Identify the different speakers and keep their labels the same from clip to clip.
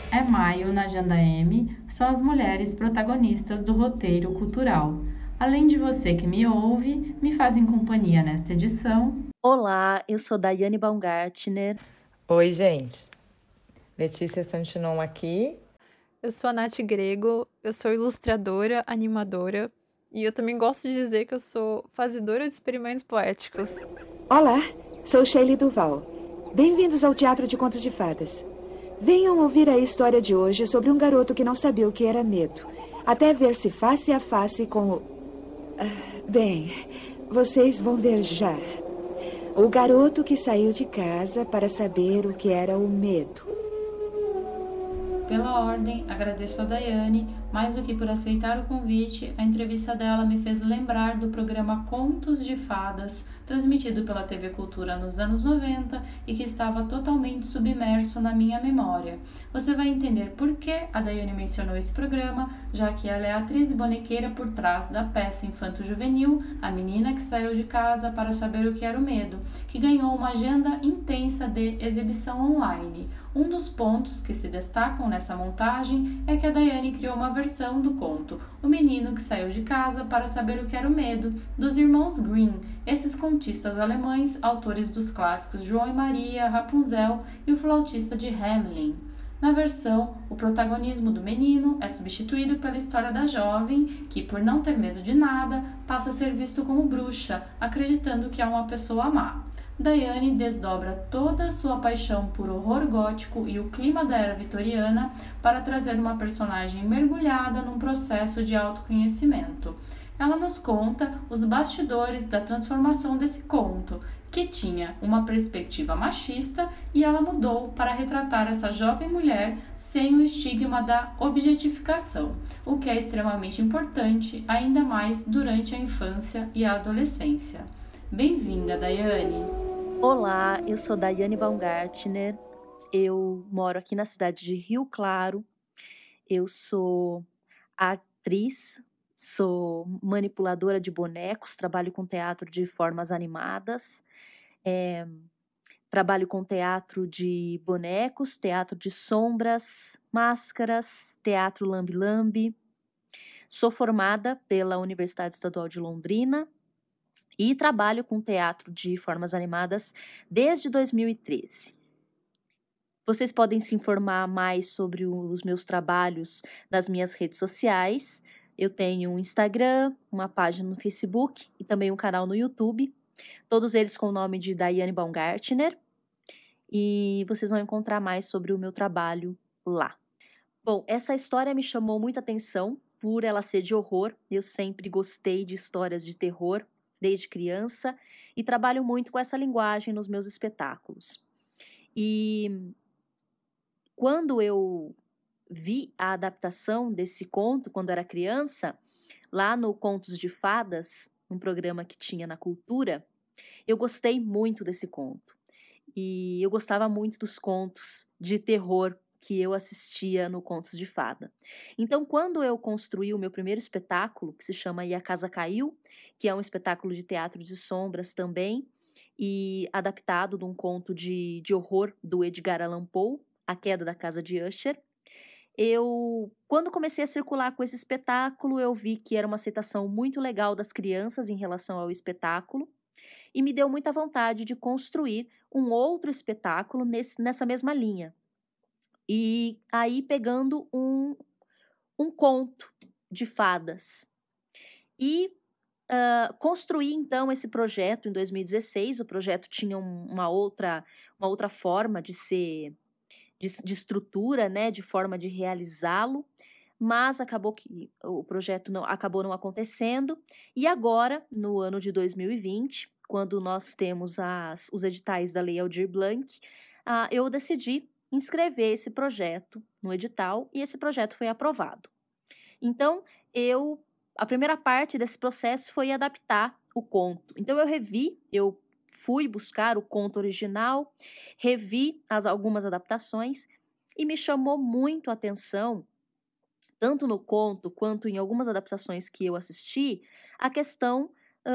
Speaker 1: É maio na Agenda M, são as mulheres protagonistas do roteiro cultural. Além de você que me ouve, me fazem companhia nesta edição.
Speaker 2: Olá, eu sou Daiane Baumgartner.
Speaker 3: Oi, gente. Letícia Santinon aqui.
Speaker 4: Eu sou a Nath Grego, eu sou ilustradora, animadora e eu também gosto de dizer que eu sou fazedora de experimentos poéticos.
Speaker 5: Olá, sou Shelley Duval. Bem-vindos ao Teatro de Contos de Fadas. Venham ouvir a história de hoje sobre um garoto que não sabia o que era medo, até ver-se face a face com o... Bem, vocês vão ver já. O garoto que saiu de casa para saber o que era o medo.
Speaker 1: Pela ordem, agradeço a Daiane, mais do que por aceitar o convite, a entrevista dela me fez lembrar do programa Contos de Fadas, transmitido pela TV Cultura nos anos 90 e que estava totalmente submerso na minha memória. Você vai entender por que a Daiane mencionou esse programa, já que ela é a atriz e bonequeira por trás da peça infanto-juvenil A Menina que Saiu de Casa para Saber o que Era o Medo, que ganhou uma agenda intensa de exibição online. Um dos pontos que se destacam nessa montagem é que a Daiane criou uma versão do conto O Menino que Saiu de Casa para Saber o que Era o Medo, dos irmãos Grimm, esses contistas alemães, autores dos clássicos João e Maria, Rapunzel e o flautista de Hamelin. Na versão, o protagonismo do menino é substituído pela história da jovem, que, por não ter medo de nada, passa a ser visto como bruxa, acreditando que é uma pessoa má. Daiane desdobra toda a sua paixão por horror gótico e o clima da era vitoriana para trazer uma personagem mergulhada num processo de autoconhecimento. Ela nos conta os bastidores da transformação desse conto, que tinha uma perspectiva machista e ela mudou para retratar essa jovem mulher sem o estigma da objetificação, o que é extremamente importante, ainda mais durante a infância e a adolescência. Bem-vinda, Daiane!
Speaker 2: Olá, eu sou Daiane Baumgartner, eu moro aqui na cidade de Rio Claro, eu sou atriz, sou manipuladora de bonecos, trabalho com teatro de formas animadas, trabalho com teatro de bonecos, teatro de sombras, máscaras, teatro lambe-lambe. Sou formada pela Universidade Estadual de Londrina e trabalho com teatro de formas animadas desde 2013. Vocês podem se informar mais sobre os meus trabalhos nas minhas redes sociais. Eu tenho um Instagram, uma página no Facebook e também um canal no YouTube. Todos eles com o nome de Daiane Baumgartner. E vocês vão encontrar mais sobre o meu trabalho lá. Bom, essa história me chamou muita atenção por ela ser de horror. Eu sempre gostei de histórias de terror desde criança e trabalho muito com essa linguagem nos meus espetáculos. E quando eu vi a adaptação desse conto quando era criança, lá no Contos de Fadas, um programa que tinha na Cultura, eu gostei muito desse conto. E eu gostava muito dos contos de terror que eu assistia no Contos de Fada. Então, quando eu construí o meu primeiro espetáculo, que se chama E a Casa Caiu, que é um espetáculo de teatro de sombras também, e adaptado de um conto de horror do Edgar Allan Poe, A Queda da Casa de Usher, quando comecei a circular com esse espetáculo, eu vi que era uma aceitação muito legal das crianças em relação ao espetáculo, e me deu muita vontade de construir um outro espetáculo nessa mesma linha. E aí pegando um conto de fadas. E construí então esse projeto em 2016. O projeto tinha uma outra forma de ser, de estrutura, né, de forma de realizá-lo, mas acabou que o projeto acabou não acontecendo. E agora, no ano de 2020, quando nós temos os editais da Lei Aldir Blanc, eu decidi inscrever esse projeto no edital e esse projeto foi aprovado. Então, a primeira parte desse processo foi adaptar o conto. Então, eu fui buscar o conto original, revi algumas adaptações e me chamou muito a atenção, tanto no conto quanto em algumas adaptações que eu assisti, a questão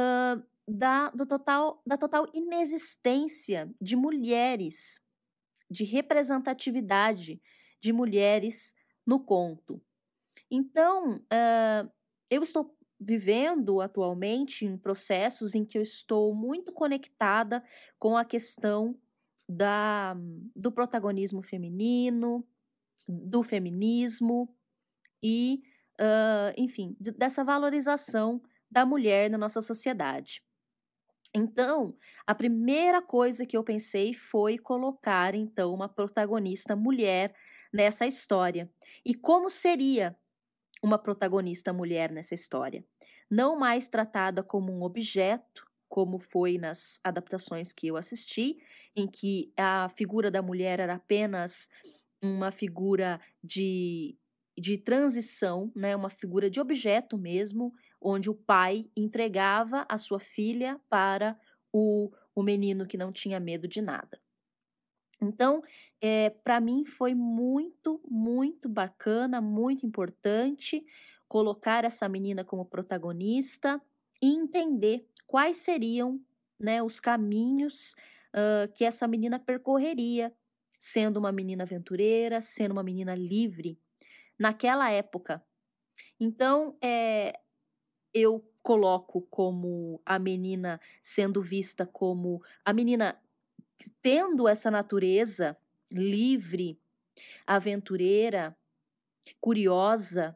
Speaker 2: da total inexistência de mulheres, de representatividade de mulheres no conto. Então, eu estou vivendo atualmente em processos em que eu estou muito conectada com a questão do protagonismo feminino, do feminismo e, enfim, dessa valorização da mulher na nossa sociedade. Então, a primeira coisa que eu pensei foi colocar, então, uma protagonista mulher nessa história. E como seria uma protagonista mulher nessa história? Não mais tratada como um objeto, como foi nas adaptações que eu assisti, em que a figura da mulher era apenas uma figura de transição, né? Uma figura de objeto mesmo, onde o pai entregava a sua filha para o menino que não tinha medo de nada. Então, para mim foi muito, muito bacana, muito importante colocar essa menina como protagonista e entender quais seriam, né, os caminhos que essa menina percorreria, sendo uma menina aventureira, sendo uma menina livre, naquela época. Então, eu coloco como a menina sendo vista como a menina tendo essa natureza livre, aventureira, curiosa,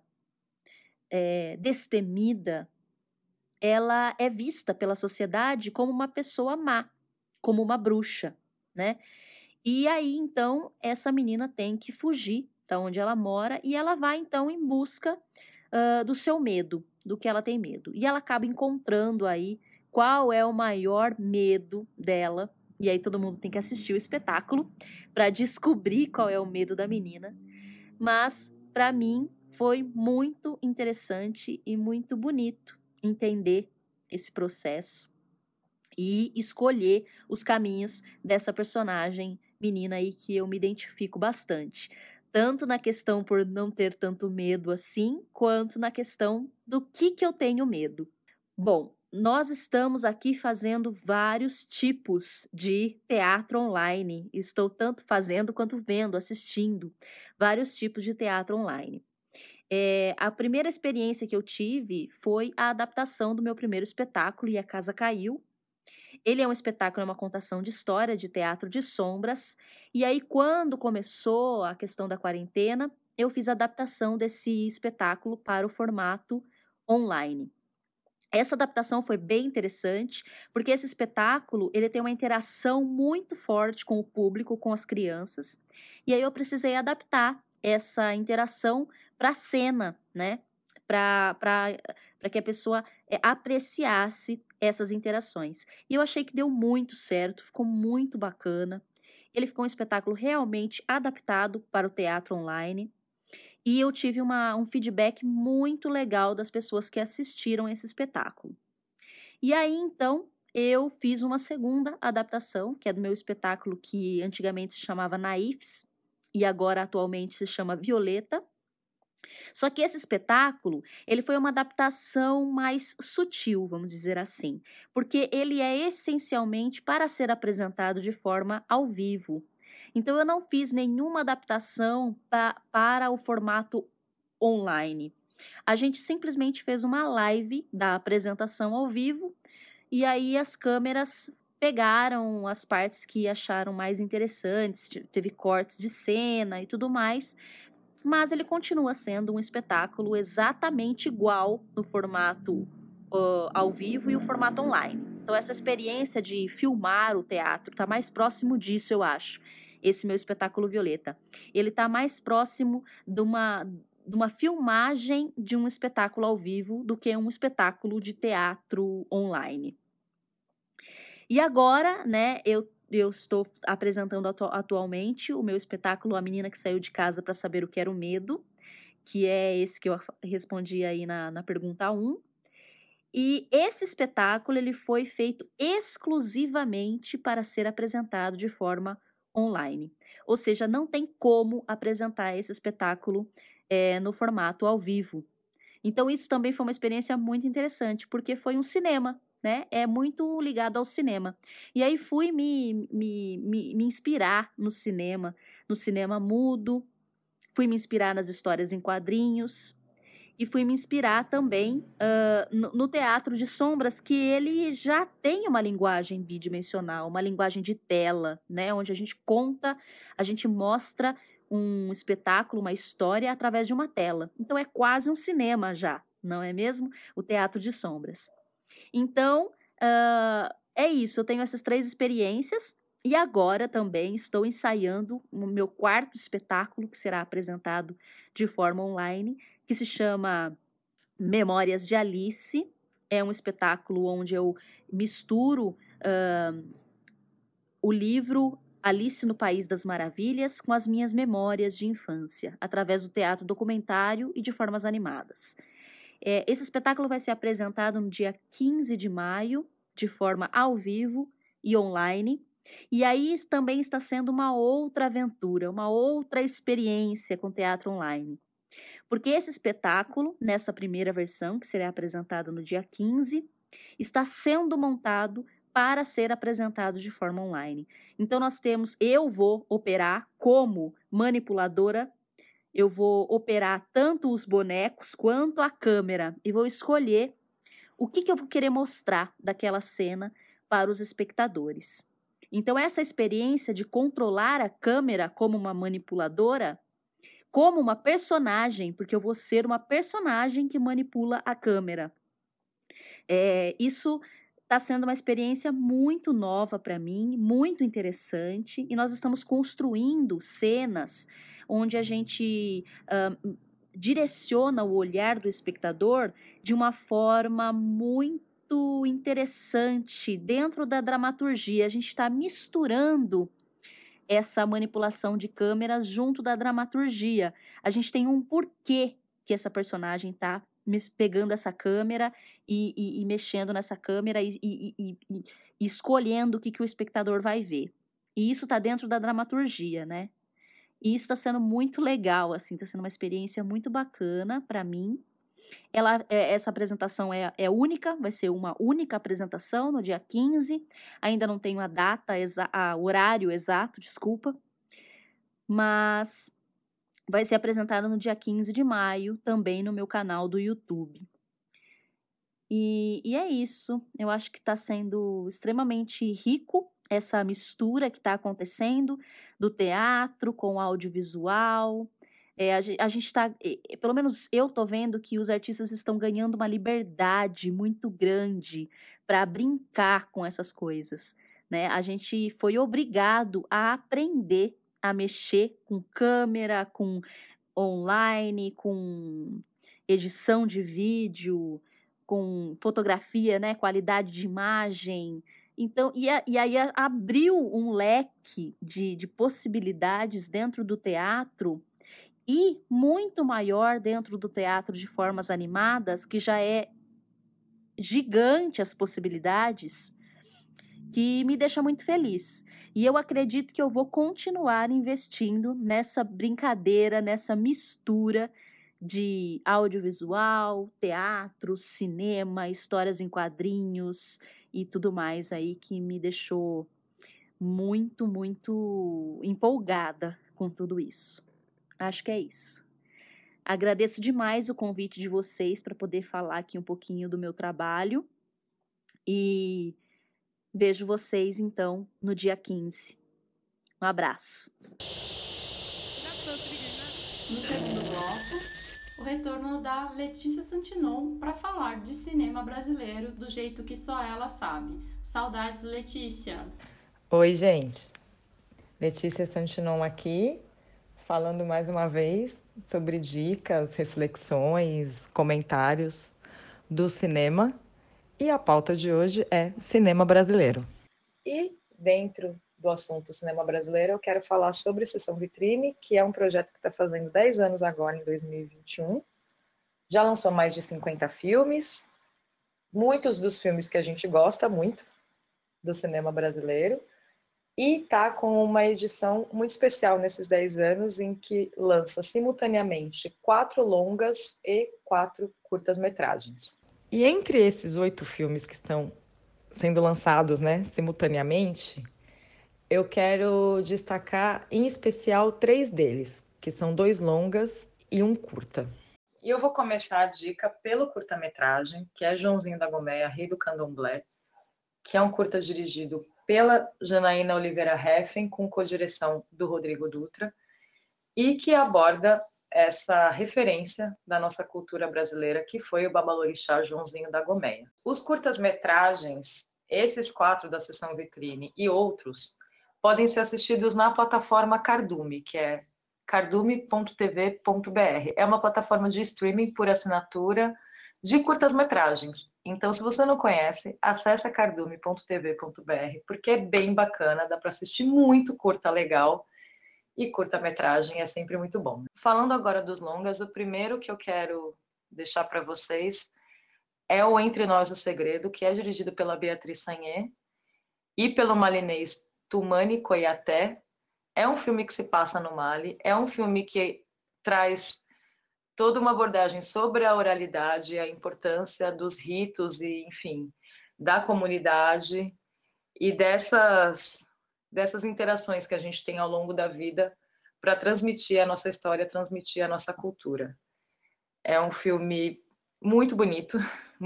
Speaker 2: destemida. Ela é vista pela sociedade como uma pessoa má, como uma bruxa, né? E aí, então, essa menina tem que fugir da onde ela mora e ela vai, então, em busca do seu medo, do que ela tem medo. E ela acaba encontrando aí qual é o maior medo dela. E aí todo mundo tem que assistir o espetáculo para descobrir qual é o medo da menina. Mas, para mim, foi muito interessante e muito bonito entender esse processo e escolher os caminhos dessa personagem menina aí que eu me identifico bastante. Tanto na questão por não ter tanto medo assim, quanto na questão do que eu tenho medo. Bom, nós estamos aqui fazendo vários tipos de teatro online. Estou tanto fazendo quanto vendo, assistindo vários tipos de teatro online. A primeira experiência que eu tive foi a adaptação do meu primeiro espetáculo, E a Casa Caiu. Ele é um espetáculo, é uma contação de história de teatro de sombras. E aí, quando começou a questão da quarentena, eu fiz a adaptação desse espetáculo para o formato online. Essa adaptação foi bem interessante, porque esse espetáculo ele tem uma interação muito forte com o público, com as crianças. E aí eu precisei adaptar essa interação para a cena, né? Para que a pessoa apreciasse essas interações. E eu achei que deu muito certo, ficou muito bacana. Ele ficou um espetáculo realmente adaptado para o teatro online. E eu tive um feedback muito legal das pessoas que assistiram esse espetáculo. E aí, então, eu fiz uma segunda adaptação, que é do meu espetáculo que antigamente se chamava Naifs, e agora atualmente se chama Violeta. Só que esse espetáculo, ele foi uma adaptação mais sutil, vamos dizer assim, porque ele é essencialmente para ser apresentado de forma ao vivo. Então, eu não fiz nenhuma adaptação para o formato online. A gente simplesmente fez uma live da apresentação ao vivo e aí as câmeras pegaram as partes que acharam mais interessantes, teve cortes de cena e tudo mais, mas ele continua sendo um espetáculo exatamente igual no formato ao vivo e o formato online. Então, essa experiência de filmar o teatro está mais próximo disso, eu acho. Esse meu espetáculo Violeta. Ele está mais próximo de uma filmagem de um espetáculo ao vivo do que um espetáculo de teatro online. E agora, né, eu estou apresentando atualmente o meu espetáculo A Menina que Saiu de Casa para Saber o que Era o Medo, que é esse que eu respondi aí na pergunta 1. E esse espetáculo ele foi feito exclusivamente para ser apresentado de forma online. Ou seja, não tem como apresentar esse espetáculo no formato ao vivo. Então, isso também foi uma experiência muito interessante, porque foi um cinema, né? É muito ligado ao cinema. E aí fui me inspirar no cinema mudo, fui me inspirar nas histórias em quadrinhos e fui me inspirar também no teatro de sombras, que ele já tem uma linguagem bidimensional, uma linguagem de tela, né? Onde a gente conta, a gente mostra um espetáculo, uma história através de uma tela. Então é quase um cinema já, não é mesmo? O teatro de sombras. Então, é isso, eu tenho essas 3 experiências e agora também estou ensaiando o meu 4º espetáculo, que será apresentado de forma online, que se chama Memórias de Alice. É um espetáculo onde eu misturo o livro Alice no País das Maravilhas com as minhas memórias de infância, através do teatro documentário e de formas animadas. Esse espetáculo vai ser apresentado no dia 15 de maio, de forma ao vivo e online. E aí também está sendo uma outra aventura, uma outra experiência com teatro online. Porque esse espetáculo, nessa primeira versão, que será apresentado no dia 15, está sendo montado para ser apresentado de forma online. Então eu vou operar como manipuladora, eu vou operar tanto os bonecos quanto a câmera e vou escolher o que eu vou querer mostrar daquela cena para os espectadores. Então essa experiência de controlar a câmera como uma manipuladora, como uma personagem, porque eu vou ser uma personagem que manipula a câmera. Isso está sendo uma experiência muito nova para mim, muito interessante, e nós estamos construindo cenas onde a gente direciona o olhar do espectador de uma forma muito interessante dentro da dramaturgia. A gente está misturando essa manipulação de câmeras junto da dramaturgia. A gente tem um porquê que essa personagem está pegando essa câmera e mexendo nessa câmera e escolhendo o que o espectador vai ver. E isso está dentro da dramaturgia, né? E isso está sendo muito legal, assim, está sendo uma experiência muito bacana para mim. Essa apresentação é única, vai ser uma única apresentação no dia 15. Ainda não tenho a data, horário exato, desculpa. Mas vai ser apresentado no dia 15 de maio, também no meu canal do YouTube. E é isso. Eu acho que está sendo extremamente rico essa mistura que está acontecendo do teatro com o audiovisual. A gente está, pelo menos eu estou vendo que os artistas estão ganhando uma liberdade muito grande para brincar com essas coisas, né? A gente foi obrigado a aprender a mexer com câmera, com online, com edição de vídeo, com fotografia, né? Qualidade de imagem. Então, e aí abriu um leque de possibilidades dentro do teatro e muito maior dentro do teatro de formas animadas, que já é gigante as possibilidades, que me deixa muito feliz. E eu acredito que eu vou continuar investindo nessa brincadeira, nessa mistura de audiovisual, teatro, cinema, histórias em quadrinhos e tudo mais aí, que me deixou muito, muito empolgada com tudo isso. Acho que é isso. Agradeço demais o convite de vocês para poder falar aqui um pouquinho do meu trabalho e vejo vocês, então, no dia 15. Um abraço.
Speaker 1: No segundo bloco, o retorno da Letícia Santinon para falar de cinema brasileiro do jeito que só ela sabe. Saudades, Letícia!
Speaker 3: Oi, gente. Letícia Santinon aqui, falando mais uma vez sobre dicas, reflexões, comentários do cinema. E a pauta de hoje é cinema brasileiro. E dentro do assunto cinema brasileiro, eu quero falar sobre Sessão Vitrine, que é um projeto que está fazendo 10 anos agora, em 2021. Já lançou mais de 50 filmes, muitos dos filmes que a gente gosta muito do cinema brasileiro, e está com uma edição muito especial nesses 10 anos, em que lança simultaneamente 4 longas e 4 curtas-metragens. E entre esses 8 filmes que estão sendo lançados, né, simultaneamente, eu quero destacar em especial 3 deles, que são 2 longas e um curta. E eu vou começar a dica pelo curta-metragem, que é Joãozinho da Gomeia, Rei do Candomblé, que é um curta dirigido pela Janaína Oliveira Heffen, com codireção do Rodrigo Dutra, e que aborda essa referência da nossa cultura brasileira, que foi o Babalorixá Joãozinho da Gomeia. Os curtas-metragens, esses 4 da sessão vitrine e outros, podem ser assistidos na plataforma Cardume, que é cardume.tv.br. É uma plataforma de streaming por assinatura de curtas-metragens. Então, se você não conhece, acessa cardume.tv.br, porque é bem bacana, dá para assistir muito curta legal, e curta-metragem é sempre muito bom. Falando agora dos longas, o primeiro que eu quero deixar para vocês é o Entre Nós o Segredo, que é dirigido pela Beatriz Sagné e pelo malinês Tumani Koyaté. É um filme que se passa no Mali, é um filme que traz toda uma abordagem sobre a oralidade, a importância dos ritos e, enfim, da comunidade e dessas interações que a gente tem ao longo da vida para transmitir a nossa história, transmitir a nossa cultura. É um filme muito bonito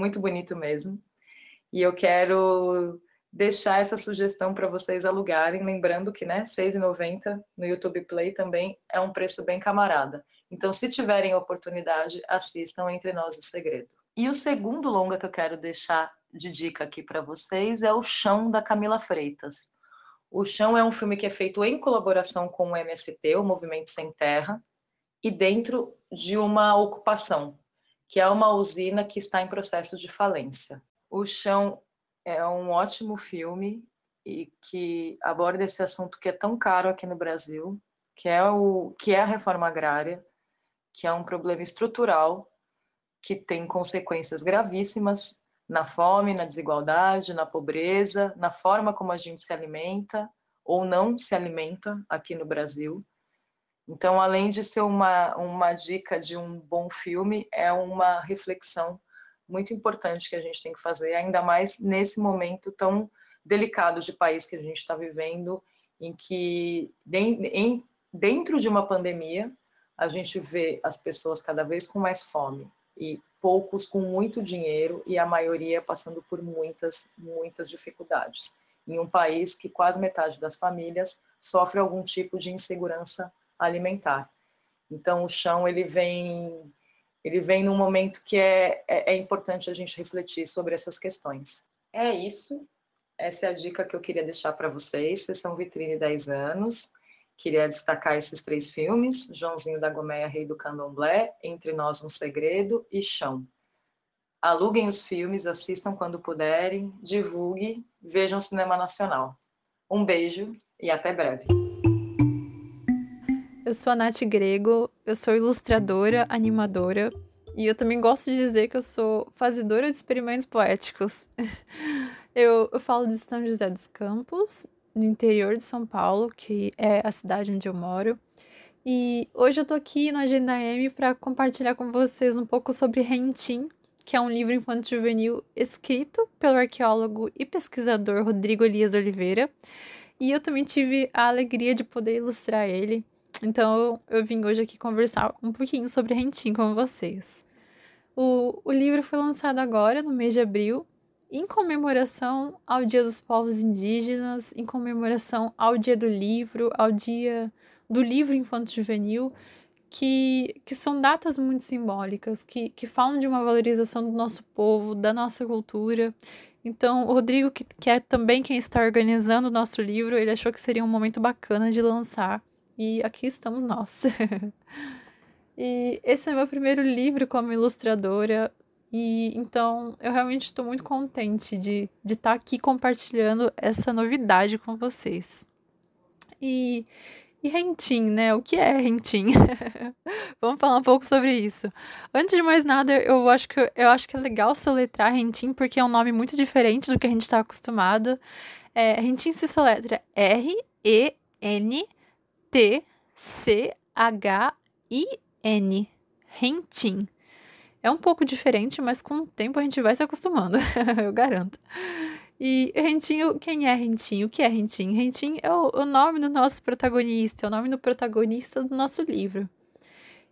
Speaker 3: mesmo, e eu quero deixar essa sugestão para vocês alugarem, lembrando que, né, R$ 6,90 no YouTube Play também é um preço bem camarada. Então, se tiverem oportunidade, assistam Entre Nós o Segredo. E o segundo longa que eu quero deixar de dica aqui para vocês é O Chão, da Camila Freitas. O Chão é um filme que é feito em colaboração com o MST, o Movimento Sem Terra, e dentro de uma ocupação, que é uma usina que está em processo de falência. O Chão é um ótimo filme e que aborda esse assunto que é tão caro aqui no Brasil, que é a reforma agrária, que é um problema estrutural que tem consequências gravíssimas na fome, na desigualdade, na pobreza, na forma como a gente se alimenta ou não se alimenta aqui no Brasil. Então, além de ser uma dica de um bom filme, é uma reflexão muito importante que a gente tem que fazer, ainda mais nesse momento tão delicado de país que a gente está vivendo, em que, dentro de uma pandemia, a gente vê as pessoas cada vez com mais fome e poucos com muito dinheiro e a maioria passando por muitas dificuldades. Em um país que quase metade das famílias sofre algum tipo de insegurança alimentar. Então, o Chão, ele vem num momento que é importante a gente refletir sobre essas questões. É isso. Essa é a dica que eu queria deixar para vocês. Sessão Vitrine 10 anos. Queria destacar esses 3 filmes: Joãozinho da Gomeia, Rei do Candomblé, Entre Nós um Segredo e Chão. Aluguem os filmes, assistam quando puderem, divulguem, vejam cinema nacional. Um beijo e até breve.
Speaker 4: Eu sou a Nath Grego, eu sou ilustradora, animadora, e eu também gosto de dizer que eu sou fazedora de experimentos poéticos. Eu falo de São José dos Campos, no interior de São Paulo, que é a cidade onde eu moro. E hoje eu tô aqui no Agenda M para compartilhar com vocês um pouco sobre Rentim, que é um livro infanto-juvenil escrito pelo arqueólogo e pesquisador Rodrigo Elias Oliveira. E eu também tive a alegria de poder ilustrar ele. Então eu vim hoje aqui conversar um pouquinho sobre Rentim com vocês. O livro foi lançado agora, no mês de abril, em comemoração ao Dia dos Povos Indígenas, em comemoração ao Dia do Livro, ao Dia do Livro Infanto-Juvenil, que são datas muito simbólicas, que falam de uma valorização do nosso povo, da nossa cultura. Então, o Rodrigo, que é também quem está organizando o nosso livro, ele achou que seria um momento bacana de lançar, e aqui estamos nós. E esse é meu primeiro livro como ilustradora, e então eu realmente estou muito contente de estar aqui compartilhando essa novidade com vocês. E Rentim, né? O que é Rentim? Vamos falar um pouco sobre isso. Antes de mais nada, eu acho que é legal soletrar Rentim, porque é um nome muito diferente do que a gente está acostumado. Rentim se soletra R-E-N-T-C-H-I-N. Rentim. É um pouco diferente, mas com o tempo a gente vai se acostumando, eu garanto. E Rentim, quem é Rentim? O que é Rentim? Rentim é o nome do nosso protagonista, é o nome do protagonista do nosso livro.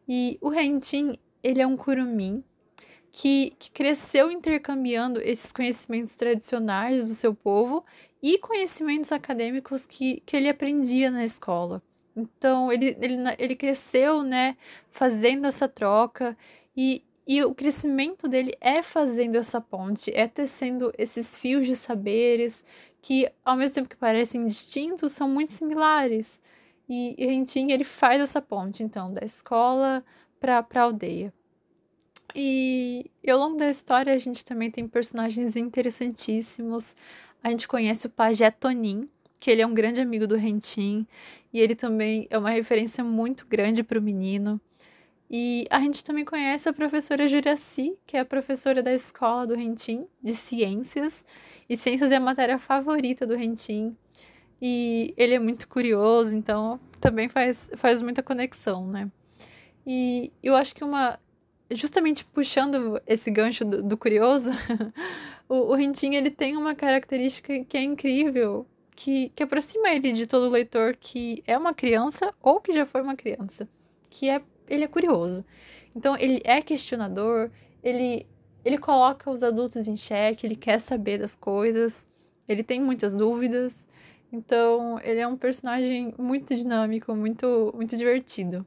Speaker 4: E o Rentin, ele é um curumim que cresceu intercambiando esses conhecimentos tradicionais do seu povo e conhecimentos acadêmicos que ele aprendia na escola. Então, ele cresceu, né, fazendo essa troca, e o crescimento dele é fazendo essa ponte, é tecendo esses fios de saberes que, ao mesmo tempo que parecem distintos, são muito similares. E Rentin, ele faz essa ponte, então, da escola para a aldeia. E ao longo da história a gente também tem personagens interessantíssimos. A gente conhece o pajé Tonin, que ele é um grande amigo do Rentin, e ele também é uma referência muito grande para o menino. E a gente também conhece a professora Juraci, que é a professora da escola do Rentin, de ciências, e ciências é a matéria favorita do Rentin. E ele é muito curioso, então também faz muita conexão, né? E eu acho que justamente puxando esse gancho do curioso, o Rentin, ele tem uma característica que é incrível, que aproxima ele de todo leitor que é uma criança ou que já foi uma criança, ele é curioso. Então, ele é questionador, ele coloca os adultos em xeque, ele quer saber das coisas, ele tem muitas dúvidas. Então, ele é um personagem muito dinâmico, muito divertido.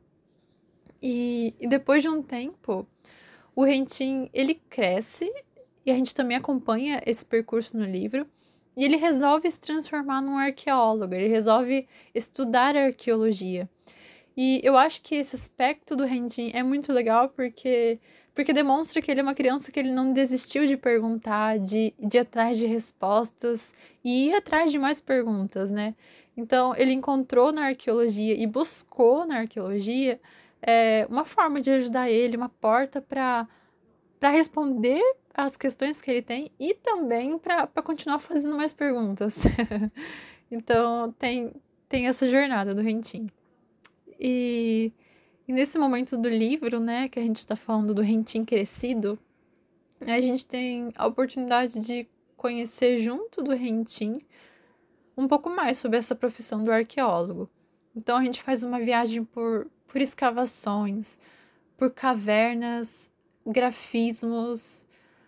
Speaker 4: E depois de um tempo, o Rentin, ele cresce e a gente também acompanha esse percurso no livro. E ele resolve se transformar num arqueólogo, ele resolve estudar a arqueologia. E eu acho que esse aspecto do Rentin é muito legal porque demonstra que ele é uma criança que ele não desistiu de perguntar, de ir atrás de respostas e ir atrás de mais perguntas, né? Então, ele encontrou na arqueologia e buscou na arqueologia uma forma de ajudar ele, uma porta para responder as questões que ele tem e também para continuar fazendo mais perguntas. Então, tem essa jornada do Rentin. E nesse momento do livro, né, que a gente está falando do Rentin crescido, a gente tem a oportunidade de conhecer junto do Rentin um pouco mais sobre essa profissão do arqueólogo. Então a gente faz uma viagem por escavações, por cavernas, grafismos,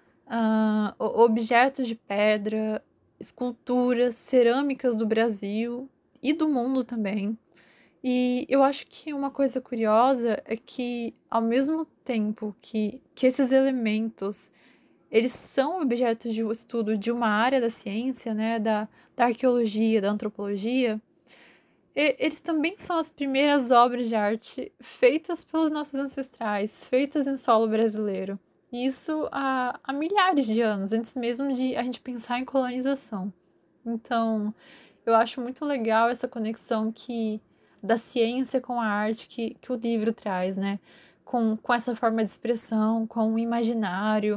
Speaker 4: objetos de pedra, esculturas, cerâmicas do Brasil e do mundo também. E eu acho que uma coisa curiosa é que, ao mesmo tempo que esses elementos eles são objetos de estudo de uma área da ciência, né, da arqueologia, da antropologia, eles também são as primeiras obras de arte feitas pelos nossos ancestrais, feitas em solo brasileiro. E isso há milhares de anos, antes mesmo de a gente pensar em colonização. Então, eu acho muito legal essa conexão da ciência com a arte que o livro traz, né? Com essa forma de expressão, com o imaginário,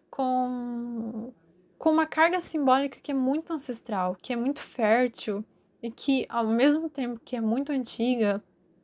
Speaker 4: com uma carga simbólica que é muito ancestral, que é muito fértil e que, ao mesmo tempo que é muito antiga,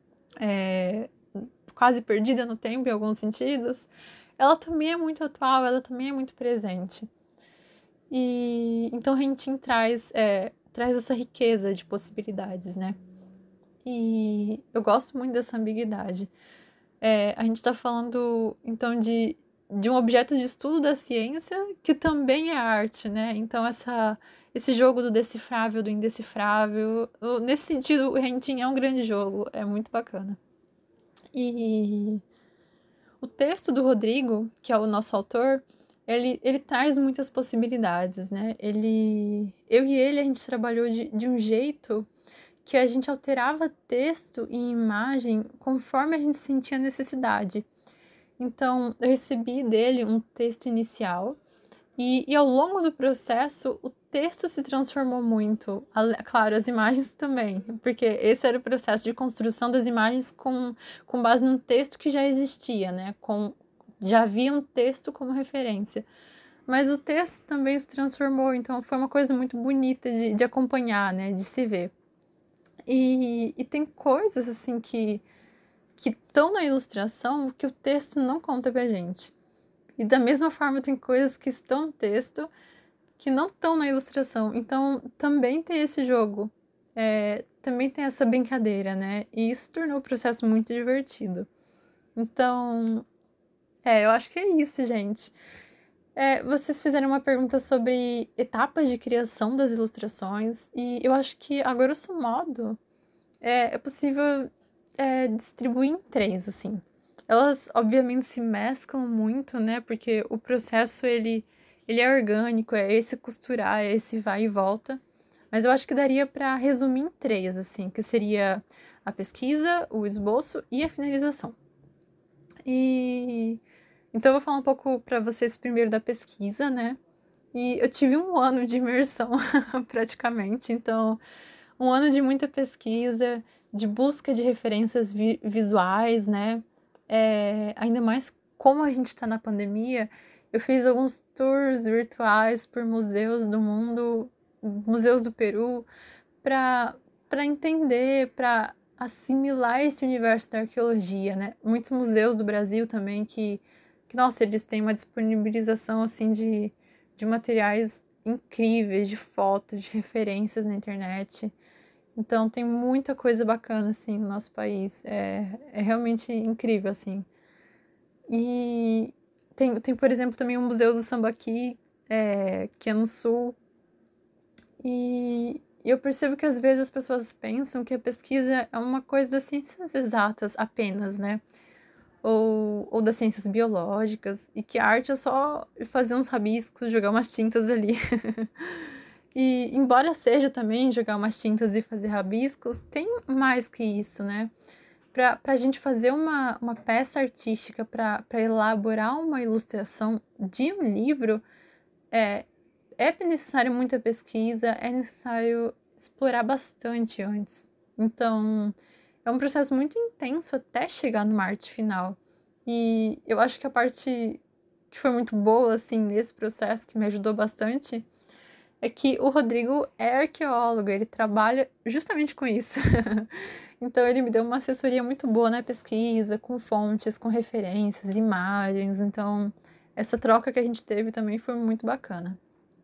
Speaker 4: quase perdida no tempo em alguns sentidos, ela também é muito atual, ela também é muito presente. E então Rentin traz essa riqueza de possibilidades, né? E eu gosto muito dessa ambiguidade. A gente está falando, então, de um objeto de estudo da ciência que também é arte, né? Então, esse jogo do decifrável, do indecifrável, nesse sentido, o Rentin é um grande jogo, é muito bacana. E o texto do Rodrigo, que é o nosso autor, ele traz muitas possibilidades, né? Eu e ele, a gente trabalhou de um jeito que a gente alterava texto e imagem conforme a gente sentia necessidade. Então, eu recebi dele um texto inicial e ao longo do processo, o texto se transformou muito. Claro, as imagens também, porque esse era o processo de construção das imagens com base num texto que já existia, né? Já havia um texto como referência. Mas o texto também se transformou, então foi uma coisa muito bonita de acompanhar, né? De se ver. E tem coisas, assim, que estão na ilustração que o texto não conta pra gente. E da mesma forma tem coisas que estão no texto que não estão na ilustração. Então também tem esse jogo. Também tem essa brincadeira, né? E isso tornou o processo muito divertido. Então, eu acho que é isso, gente. Vocês fizeram uma pergunta sobre etapas de criação das ilustrações, e eu acho que, a grosso modo, é possível distribuir em três, assim. Elas, obviamente, se mesclam muito, né? Porque o processo, ele é orgânico, é esse costurar, é esse vai e volta. Mas eu acho que daria para resumir em três, assim, que seria a pesquisa, o esboço e a finalização. E então eu vou falar um pouco para vocês primeiro da pesquisa, né? E eu tive um ano de imersão, praticamente. Então, um ano de muita pesquisa, de busca de referências visuais, né? Ainda mais como a gente está na pandemia, eu fiz alguns tours virtuais por museus do mundo, museus do Peru, para entender, para assimilar esse universo da arqueologia, né? Muitos museus do Brasil também nossa, eles têm uma disponibilização assim de materiais incríveis, de fotos, de referências na internet. Então tem muita coisa bacana assim no nosso país. É realmente incrível assim. E tem, por exemplo, também o Museu do Sambaqui, que é no sul. E eu percebo que às vezes as pessoas pensam que a pesquisa é uma coisa das ciências exatas apenas, né? Ou das ciências biológicas, e que a arte é só fazer uns rabiscos, jogar umas tintas ali. E embora seja também jogar umas tintas e fazer rabiscos, tem mais que isso, né? Para a gente fazer uma peça artística, para elaborar uma ilustração de um livro, é necessário muita pesquisa, é necessário explorar bastante antes. Então, é um processo muito intenso até chegar numa arte final. E eu acho que a parte que foi muito boa, assim, nesse processo, que me ajudou bastante, é que o Rodrigo é arqueólogo, ele trabalha justamente com isso. Então, ele me deu uma assessoria muito boa na pesquisa, com fontes, com referências, imagens. Então, essa troca que a gente teve também foi muito bacana.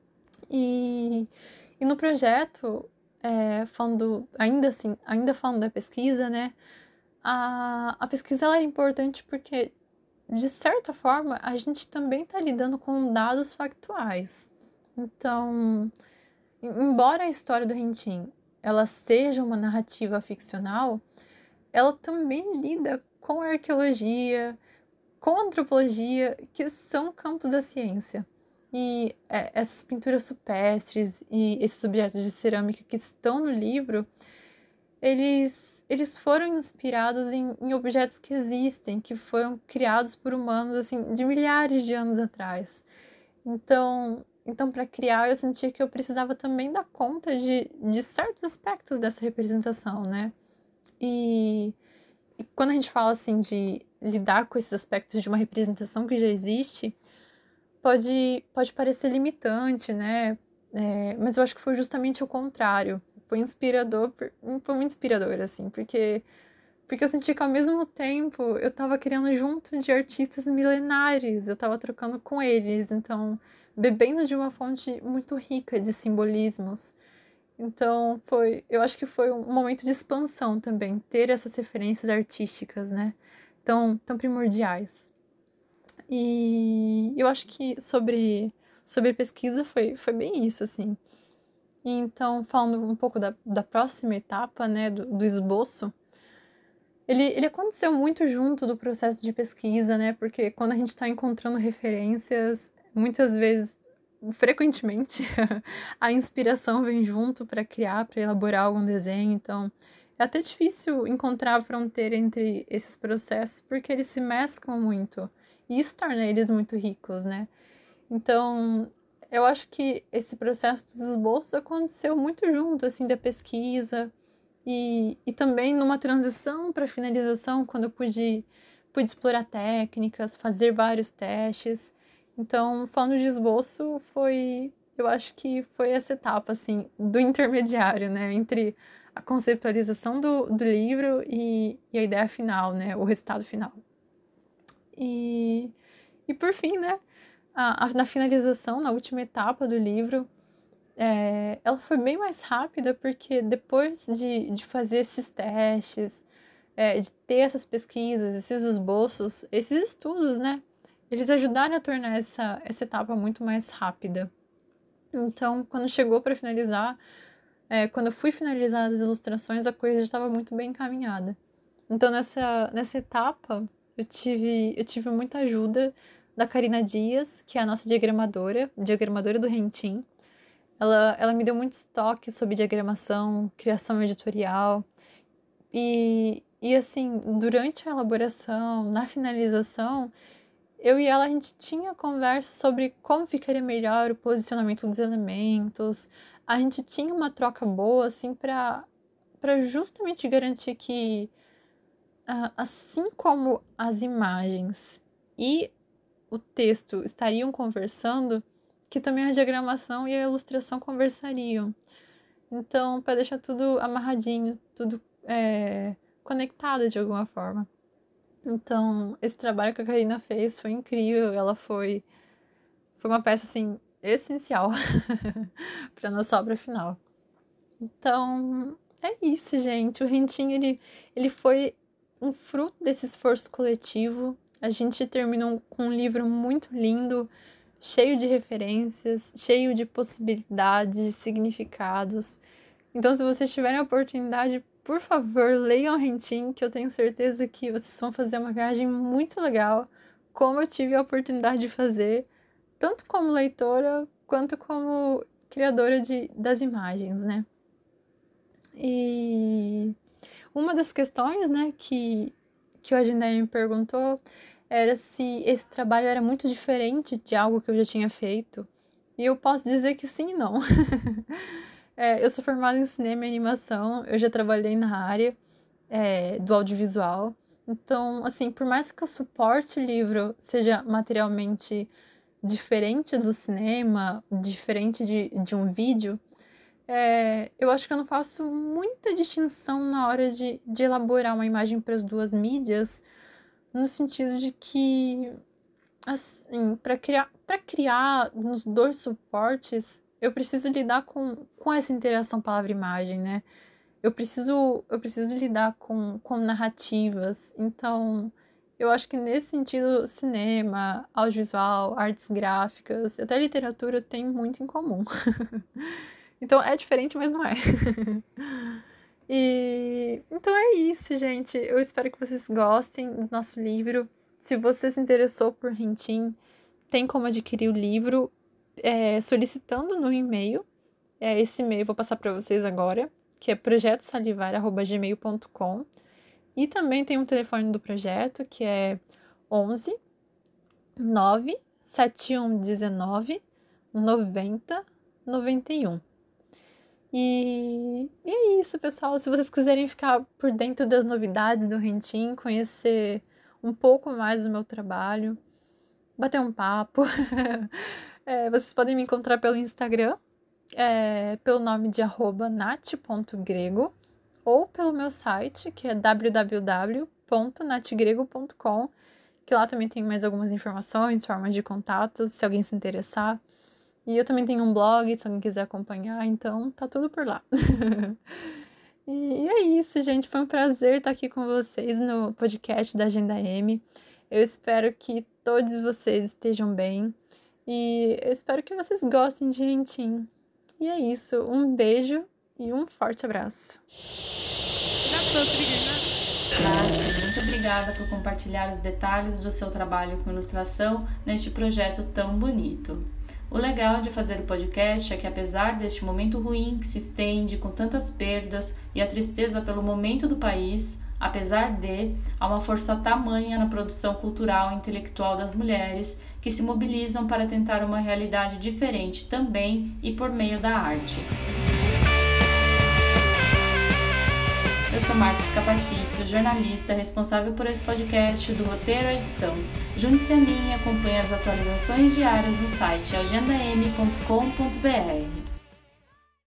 Speaker 4: E no projeto, falando, ainda falando da pesquisa, né? A pesquisa ela é importante porque, de certa forma, a gente também está lidando com dados factuais. Então, embora a história do Rintin ela seja uma narrativa ficcional, ela também lida com a arqueologia, com a antropologia, que são campos da ciência. E essas pinturas supestres e esses objetos de cerâmica que estão no livro, eles foram inspirados em objetos que existem, que foram criados por humanos, assim, de milhares de anos atrás. Então para criar, eu sentia que eu precisava também dar conta de certos aspectos dessa representação, né? E quando a gente fala, assim, de lidar com esses aspectos de uma representação que já existe, pode parecer limitante, né? Mas eu acho que foi justamente o contrário. Foi inspirador, foi muito inspirador, assim, porque eu senti que ao mesmo tempo eu estava criando junto de artistas milenares, eu estava trocando com eles, então bebendo de uma fonte muito rica de simbolismos. Então eu acho que foi um momento de expansão também, ter essas referências artísticas, né? Tão primordiais. E eu acho que sobre pesquisa foi bem isso, assim. E então, falando um pouco da próxima etapa, né, do esboço, ele aconteceu muito junto do processo de pesquisa, né? Porque quando a gente está encontrando referências, muitas vezes, frequentemente, a inspiração vem junto para criar, para elaborar algum desenho. Então, é até difícil encontrar a fronteira entre esses processos, porque eles se mesclam muito. E isso torna eles muito ricos, né? Então, eu acho que esse processo dos esboços aconteceu muito junto, assim, da pesquisa e também numa transição para finalização, quando eu pude explorar técnicas, fazer vários testes. Então, falando de esboço, eu acho que foi essa etapa, assim, do intermediário, né, entre a conceitualização do livro e a ideia final, né, o resultado final. E por fim, né, na finalização, na última etapa do livro, ela foi bem mais rápida, porque depois de fazer esses testes, de ter essas pesquisas, esses esboços, esses estudos, né? Eles ajudaram a tornar essa etapa muito mais rápida. Então, quando chegou para finalizar, quando eu fui finalizar as ilustrações, a coisa já estava muito bem encaminhada. Então, nessa etapa, eu tive muita ajuda da Karina Dias, que é a nossa diagramadora do Rentin. Ela me deu muitos toques sobre diagramação, criação editorial. E assim, durante a elaboração, na finalização, eu e ela, a gente tinha conversa sobre como ficaria melhor o posicionamento dos elementos. A gente tinha uma troca boa, assim, para justamente garantir que, assim como as imagens e o texto estariam conversando, que também a diagramação e a ilustração conversariam. Então, para deixar tudo amarradinho, tudo conectado de alguma forma. Então, esse trabalho que a Karina fez foi incrível. Ela foi uma peça, assim, essencial para nossa obra final. Então, é isso, gente. O Rentin, ele foi um fruto desse esforço coletivo. A gente terminou com um livro muito lindo, cheio de referências, cheio de possibilidades, significados. Então, se vocês tiverem a oportunidade, por favor, leiam Rentin, que eu tenho certeza que vocês vão fazer uma viagem muito legal, como eu tive a oportunidade de fazer, tanto como leitora, quanto como criadora das imagens, né? E uma das questões, né, que o Agendaia me perguntou era se esse trabalho era muito diferente de algo que eu já tinha feito. E eu posso dizer que sim e não. Eu sou formada em cinema e animação, eu já trabalhei na área do audiovisual. Então, assim, por mais que o suporte livro seja materialmente diferente do cinema, diferente de um vídeo, eu acho que eu não faço muita distinção na hora de elaborar uma imagem para as duas mídias, no sentido de que, assim, para criar nos dois suportes, eu preciso lidar com essa interação palavra-imagem, né? Eu preciso lidar com narrativas. Então, eu acho que nesse sentido, cinema, audiovisual, artes gráficas, até literatura tem muito em comum. Então, é diferente, mas não é. Então é isso, gente. Eu espero que vocês gostem do nosso livro. Se você se interessou por Rentin, tem como adquirir o livro solicitando no e-mail. Esse e-mail eu vou passar para vocês agora, que é projetosalivar@gmail.com. E também tem um telefone do projeto, que é 11 97119 90 91. E é isso, pessoal. Se vocês quiserem ficar por dentro das novidades do Rentin, conhecer um pouco mais do meu trabalho, bater um papo, vocês podem me encontrar pelo Instagram, pelo nome de @nat.grego, ou pelo meu site, que é www.natgrego.com, que lá também tem mais algumas informações, formas de contato, se alguém se interessar. E eu também tenho um blog, se alguém quiser acompanhar, então tá tudo por lá. E é isso, gente. Foi um prazer estar aqui com vocês no podcast da Agenda M. Eu espero que todos vocês estejam bem. E eu espero que vocês gostem de Rentin. E é isso. Um beijo e um forte abraço.
Speaker 1: Nath, muito obrigada por compartilhar os detalhes do seu trabalho com ilustração neste projeto tão bonito. O legal de fazer o podcast é que, apesar deste momento ruim que se estende com tantas perdas e a tristeza pelo momento do país, há uma força tamanha na produção cultural e intelectual das mulheres que se mobilizam para tentar uma realidade diferente também e por meio da arte. Eu sou Márcia Scapatício, jornalista responsável por esse podcast, do roteiro à edição. Junte-se a mim e acompanhe as atualizações diárias no site agendam.com.br.